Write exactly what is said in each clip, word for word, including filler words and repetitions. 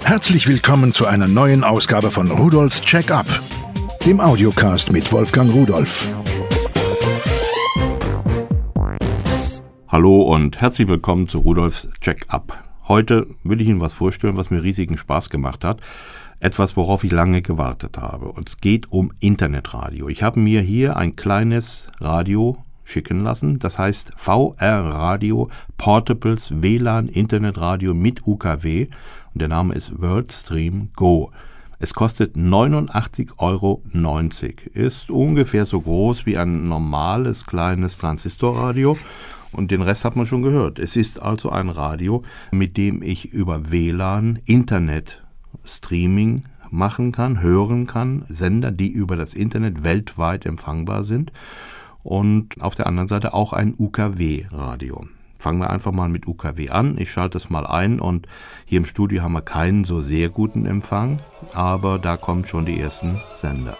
Herzlich willkommen zu einer neuen Ausgabe von Rudolfs Check-up, dem Audiocast mit Wolfgang Rudolf. Hallo und herzlich willkommen zu Rudolfs Check-up. Heute will ich Ihnen was vorstellen, was mir riesigen Spaß gemacht hat. Etwas, worauf ich lange gewartet habe. Und es geht um Internetradio. Ich habe mir hier ein kleines Radio schicken lassen. Das heißt V R-Radio Portables W L A N Internetradio mit U K W. Und der Name ist WorldStream Go. Es kostet neunundachtzig Euro neunzig. Ist ungefähr so groß wie ein normales kleines Transistorradio. Und den Rest hat man schon gehört. Es ist also ein Radio, mit dem ich über W L A N Internet Streaming machen kann, hören kann, Sender, die über das Internet weltweit empfangbar sind, und auf der anderen Seite auch ein U K W-Radio. Fangen wir einfach mal mit U K W an. Ich schalte es mal ein und hier im Studio haben wir keinen so sehr guten Empfang, aber da kommen schon die ersten Sender.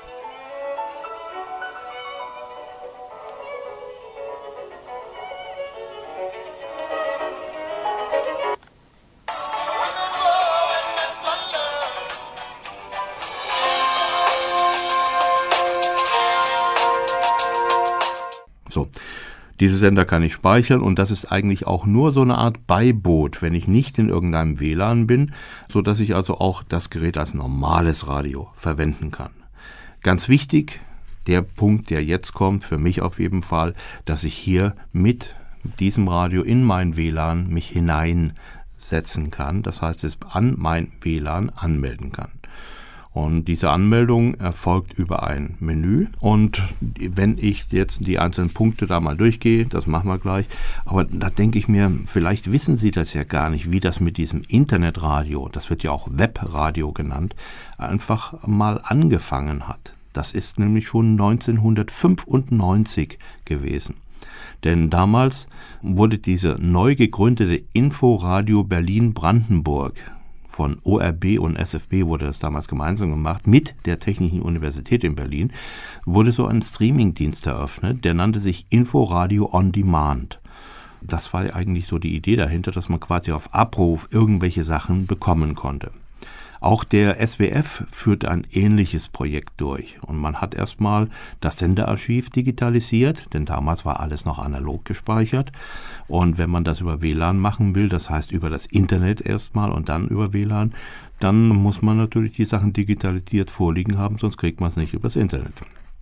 So, diese Sender kann ich speichern und das ist eigentlich auch nur so eine Art Beiboot, wenn ich nicht in irgendeinem W L A N bin, sodass ich also auch das Gerät als normales Radio verwenden kann. Ganz wichtig, der Punkt, der jetzt kommt, für mich auf jeden Fall, dass ich hier mit diesem Radio in mein W L A N mich hineinsetzen kann, das heißt, es an mein W L A N anmelden kann. Und diese Anmeldung erfolgt über ein Menü, und wenn ich jetzt die einzelnen Punkte da mal durchgehe, das machen wir gleich, aber da denke ich mir, vielleicht wissen Sie das ja gar nicht, wie das mit diesem Internetradio, das wird ja auch Webradio genannt, einfach mal angefangen hat. Das ist nämlich schon neunzehnhundertfünfundneunzig gewesen. Denn damals wurde diese neu gegründete Inforadio Berlin-Brandenburg, von O R B und S F B wurde das damals gemeinsam gemacht, mit der Technischen Universität in Berlin, wurde so ein Streamingdienst eröffnet, der nannte sich Inforadio On Demand. Das war eigentlich so die Idee dahinter, dass man quasi auf Abruf irgendwelche Sachen bekommen konnte. Auch der S W F führte ein ähnliches Projekt durch und man hat erstmal das Senderarchiv digitalisiert, denn damals war alles noch analog gespeichert, und wenn man das über W L A N machen will, das heißt über das Internet erstmal und dann über W L A N, dann muss man natürlich die Sachen digitalisiert vorliegen haben, sonst kriegt man es nicht übers Internet.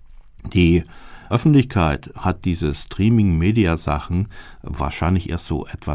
Die Öffentlichkeit hat diese Streaming-Media-Sachen wahrscheinlich erst so etwa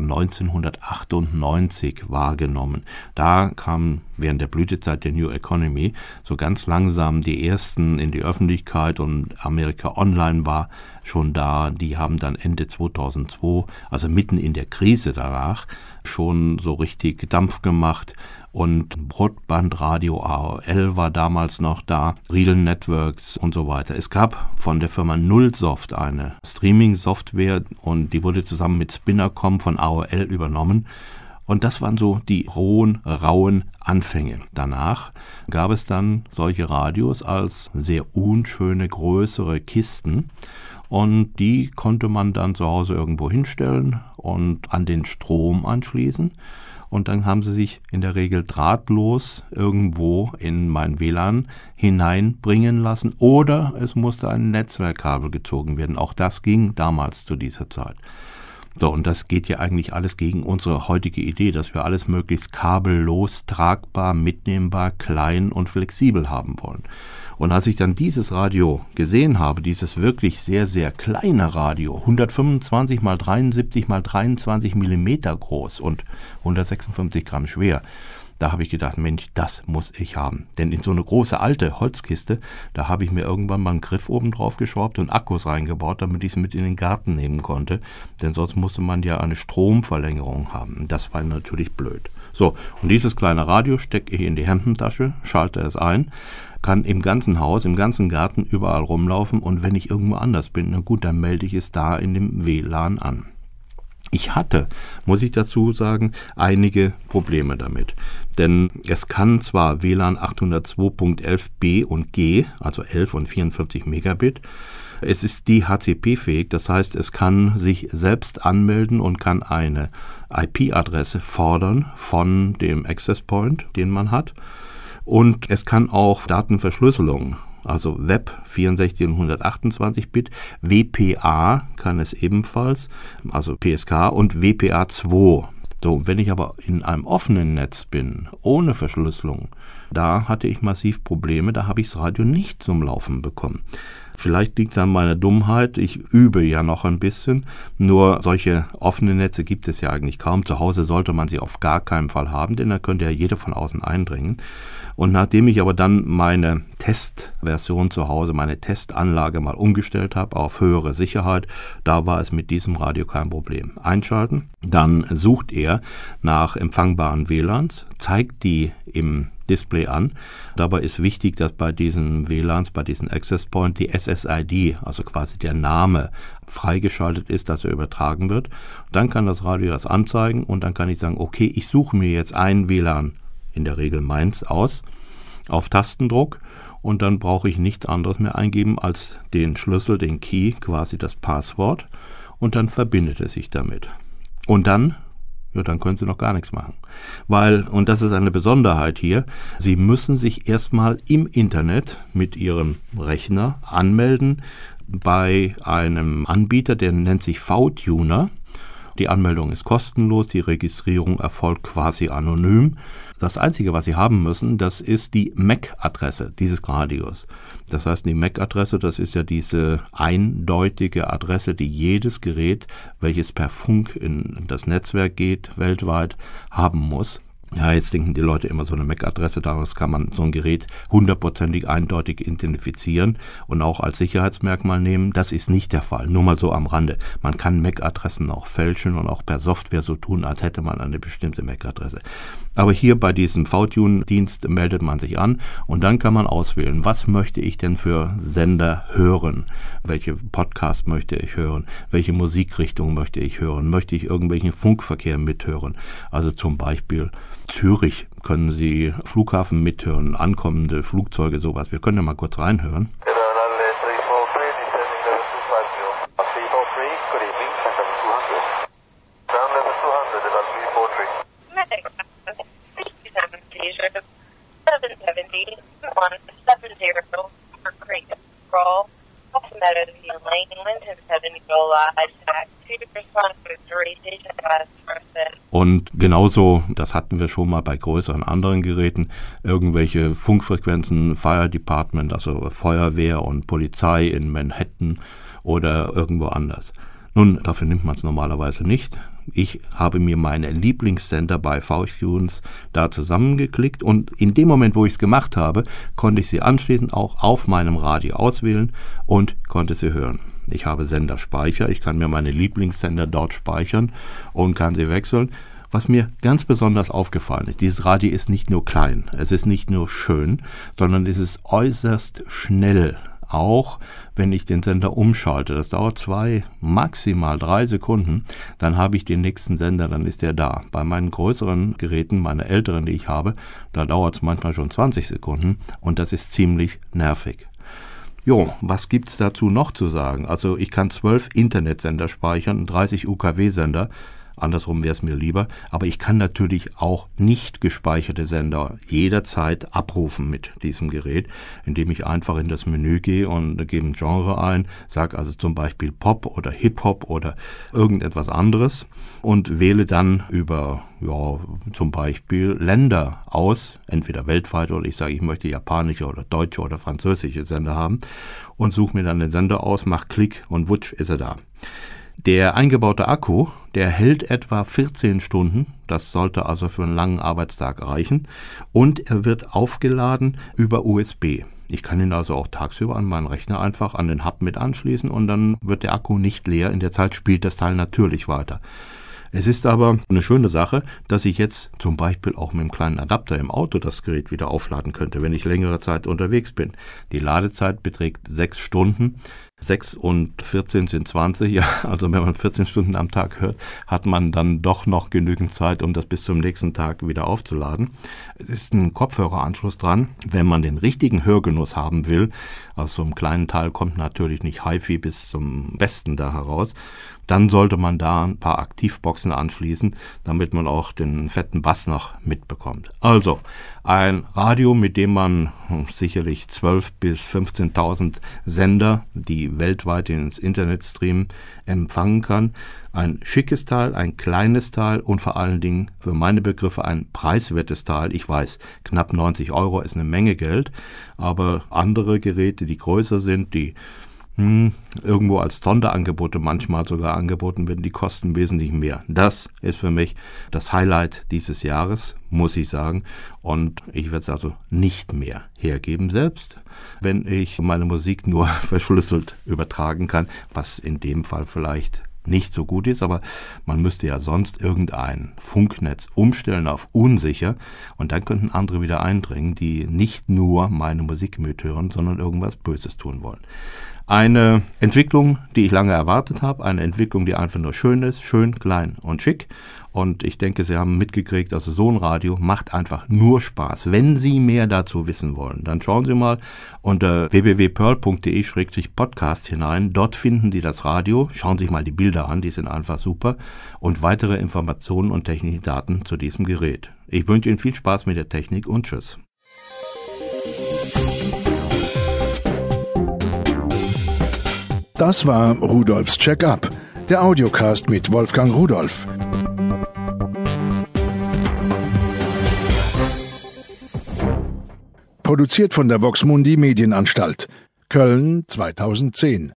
neunzehnhundertachtundneunzig wahrgenommen. Da kamen während der Blütezeit der New Economy so ganz langsam die ersten in die Öffentlichkeit, und America Online war schon da. Die haben dann Ende zweitausendzwei, also mitten in der Krise danach, schon so richtig Dampf gemacht. Und Broadbandradio A O L war damals noch da, Real Networks und so weiter. Es gab von der Firma Nullsoft eine Streaming-Software, und die wurde zusammen mit Spinnercom von A O L übernommen. Und das waren so die rohen, rauen Anfänge. Danach gab es dann solche Radios als sehr unschöne, größere Kisten. Und die konnte man dann zu Hause irgendwo hinstellen und an den Strom anschließen. Und dann haben sie sich in der Regel drahtlos irgendwo in mein W L A N hineinbringen lassen, oder es musste ein Netzwerkkabel gezogen werden. Auch das ging damals zu dieser Zeit. So, und das geht ja eigentlich alles gegen unsere heutige Idee, dass wir alles möglichst kabellos, tragbar, mitnehmbar, klein und flexibel haben wollen. Und als ich dann dieses Radio gesehen habe, dieses wirklich sehr, sehr kleine Radio, hundertfünfundzwanzig mal dreiundsiebzig mal dreiundzwanzig Millimeter groß und hundertsechsundfünfzig Gramm schwer, da habe ich gedacht, Mensch, das muss ich haben. Denn in so eine große alte Holzkiste, da habe ich mir irgendwann mal einen Griff oben drauf geschraubt und Akkus reingebaut, damit ich es mit in den Garten nehmen konnte. Denn sonst musste man ja eine Stromverlängerung haben. Das war natürlich blöd. So, und dieses kleine Radio stecke ich in die Hemdentasche, schalte es ein, kann im ganzen Haus, im ganzen Garten überall rumlaufen, und wenn ich irgendwo anders bin, na gut, dann melde ich es da in dem W L A N an. Ich hatte, muss ich dazu sagen, einige Probleme damit. Denn es kann zwar W L A N achthundertzwei Punkt elf b und G, also elf und vierundvierzig Megabit, Es ist D H C P-fähig, das heißt, es kann sich selbst anmelden und kann eine I P-Adresse fordern von dem Access Point, den man hat. Und es kann auch Datenverschlüsselung, also Web vierundsechzig und hundertachtundzwanzig Bit, W P A kann es ebenfalls, also P S K und W P A zwei. So, wenn ich aber in einem offenen Netz bin, ohne Verschlüsselung, da hatte ich massiv Probleme, da habe ich das Radio nicht zum Laufen bekommen. Vielleicht liegt es an meiner Dummheit, ich übe ja noch ein bisschen, nur solche offenen Netze gibt es ja eigentlich kaum. Zu Hause sollte man sie auf gar keinen Fall haben, denn da könnte ja jeder von außen eindringen. Und nachdem ich aber dann meine Testversion zu Hause, meine Testanlage mal umgestellt habe auf höhere Sicherheit, da war es mit diesem Radio kein Problem. Einschalten, dann sucht er nach empfangbaren W L A Ns, zeigt die im Display an. Dabei ist wichtig, dass bei diesen W L A Ns, bei diesen Access Point die S S I D, also quasi der Name, freigeschaltet ist, dass er übertragen wird. Dann kann das Radio das anzeigen und dann kann ich sagen, okay, ich suche mir jetzt ein W L A N, in der Regel meins, aus, auf Tastendruck und dann brauche ich nichts anderes mehr eingeben als den Schlüssel, den Key, quasi das Passwort und dann verbindet es sich damit. Und dann Ja, dann können Sie noch gar nichts machen. Weil, und das ist eine Besonderheit hier, Sie müssen sich erstmal im Internet mit Ihrem Rechner anmelden bei einem Anbieter, der nennt sich V-Tuner. Die Anmeldung ist kostenlos, die Registrierung erfolgt quasi anonym. Das Einzige, was Sie haben müssen, das ist die M A C-Adresse dieses Radios. Das heißt, die M A C-Adresse, das ist ja diese eindeutige Adresse, die jedes Gerät, welches per Funk in das Netzwerk geht, weltweit haben muss. Ja, jetzt denken die Leute immer, so eine M A C-Adresse, daraus kann man so ein Gerät hundertprozentig eindeutig identifizieren und auch als Sicherheitsmerkmal nehmen. Das ist nicht der Fall, nur mal so am Rande. Man kann M A C-Adressen auch fälschen und auch per Software so tun, als hätte man eine bestimmte M A C-Adresse. Aber hier bei diesem V-Tune-Dienst meldet man sich an und dann kann man auswählen, was möchte ich denn für Sender hören? Welche Podcast möchte ich hören? Welche Musikrichtung möchte ich hören? Möchte ich irgendwelchen Funkverkehr mithören? Also zum Beispiel Zürich können Sie Flughafen mithören, ankommende Flugzeuge, sowas. Wir können ja mal kurz reinhören. Und genauso, das hatten wir schon mal bei größeren anderen Geräten, irgendwelche Funkfrequenzen, Fire Department, also Feuerwehr und Polizei in Manhattan oder irgendwo anders. Nun, dafür nimmt man es normalerweise nicht. Ich habe mir meine Lieblingssender bei V-Tunes da zusammengeklickt und in dem Moment, wo ich es gemacht habe, konnte ich sie anschließend auch auf meinem Radio auswählen und konnte sie hören. Ich habe Senderspeicher, ich kann mir meine Lieblingssender dort speichern und kann sie wechseln. Was mir ganz besonders aufgefallen ist, dieses Radio ist nicht nur klein, es ist nicht nur schön, sondern es ist äußerst schnell. Auch wenn ich den Sender umschalte, das dauert zwei, maximal drei Sekunden, dann habe ich den nächsten Sender, dann ist der da. Bei meinen größeren Geräten, meine älteren, die ich habe, da dauert es manchmal schon zwanzig Sekunden und das ist ziemlich nervig. Jo, was gibt's dazu noch zu sagen? Also ich kann zwölf Internetsender speichern, dreißig U K W-Sender. Andersrum wäre es mir lieber, aber ich kann natürlich auch nicht gespeicherte Sender jederzeit abrufen mit diesem Gerät, indem ich einfach in das Menü gehe und gebe ein Genre ein, sage also zum Beispiel Pop oder Hip-Hop oder irgendetwas anderes und wähle dann über ja, zum Beispiel Länder aus, entweder weltweit oder ich sage, ich möchte japanische oder deutsche oder französische Sender haben und suche mir dann den Sender aus, mache Klick und wutsch ist er da. Der eingebaute Akku, der hält etwa vierzehn Stunden, das sollte also für einen langen Arbeitstag reichen und er wird aufgeladen über U S B. Ich kann ihn also auch tagsüber an meinen Rechner einfach an den Hub mit anschließen und dann wird der Akku nicht leer, in der Zeit spielt das Teil natürlich weiter. Es ist aber eine schöne Sache, dass ich jetzt zum Beispiel auch mit einem kleinen Adapter im Auto das Gerät wieder aufladen könnte, wenn ich längere Zeit unterwegs bin. Die Ladezeit beträgt sechs Stunden. sechs und vierzehn sind zwanzig, ja, also wenn man vierzehn Stunden am Tag hört, hat man dann doch noch genügend Zeit, um das bis zum nächsten Tag wieder aufzuladen. Es ist ein Kopfhöreranschluss dran, wenn man den richtigen Hörgenuss haben will. Aus so einem kleinen Teil kommt natürlich nicht HiFi bis zum Besten da heraus. Dann sollte man da ein paar Aktivboxen anschließen, damit man auch den fetten Bass noch mitbekommt. Also ein Radio, mit dem man sicherlich zwölftausend bis fünfzehntausend Sender, die weltweit ins Internet streamen, empfangen kann. Ein schickes Teil, ein kleines Teil und vor allen Dingen für meine Begriffe ein preiswertes Teil. Ich weiß, knapp neunzig Euro ist eine Menge Geld, aber andere Geräte, die größer sind, die Hm, irgendwo als Sonderangebote manchmal sogar angeboten werden, die kosten wesentlich mehr. Das ist für mich das Highlight dieses Jahres, muss ich sagen. Und ich werde es also nicht mehr hergeben, selbst wenn ich meine Musik nur verschlüsselt übertragen kann, was in dem Fall vielleicht nicht so gut ist, aber man müsste ja sonst irgendein Funknetz umstellen auf unsicher und dann könnten andere wieder eindringen, die nicht nur meine Musik mithören, sondern irgendwas Böses tun wollen. Eine Entwicklung, die ich lange erwartet habe, eine Entwicklung, die einfach nur schön ist, schön, klein und schick. Und ich denke, Sie haben mitgekriegt, also so ein Radio macht einfach nur Spaß. Wenn Sie mehr dazu wissen wollen, dann schauen Sie mal unter w w w punkt pearl punkt d e slash podcast hinein. Dort finden Sie das Radio. Schauen Sie sich mal die Bilder an, die sind einfach super. Und weitere Informationen und technische Daten zu diesem Gerät. Ich wünsche Ihnen viel Spaß mit der Technik und tschüss. Das war Rudolfs Check-up, der Audiocast mit Wolfgang Rudolf. Produziert von der Vox Mundi Medienanstalt, Köln zweitausendzehn.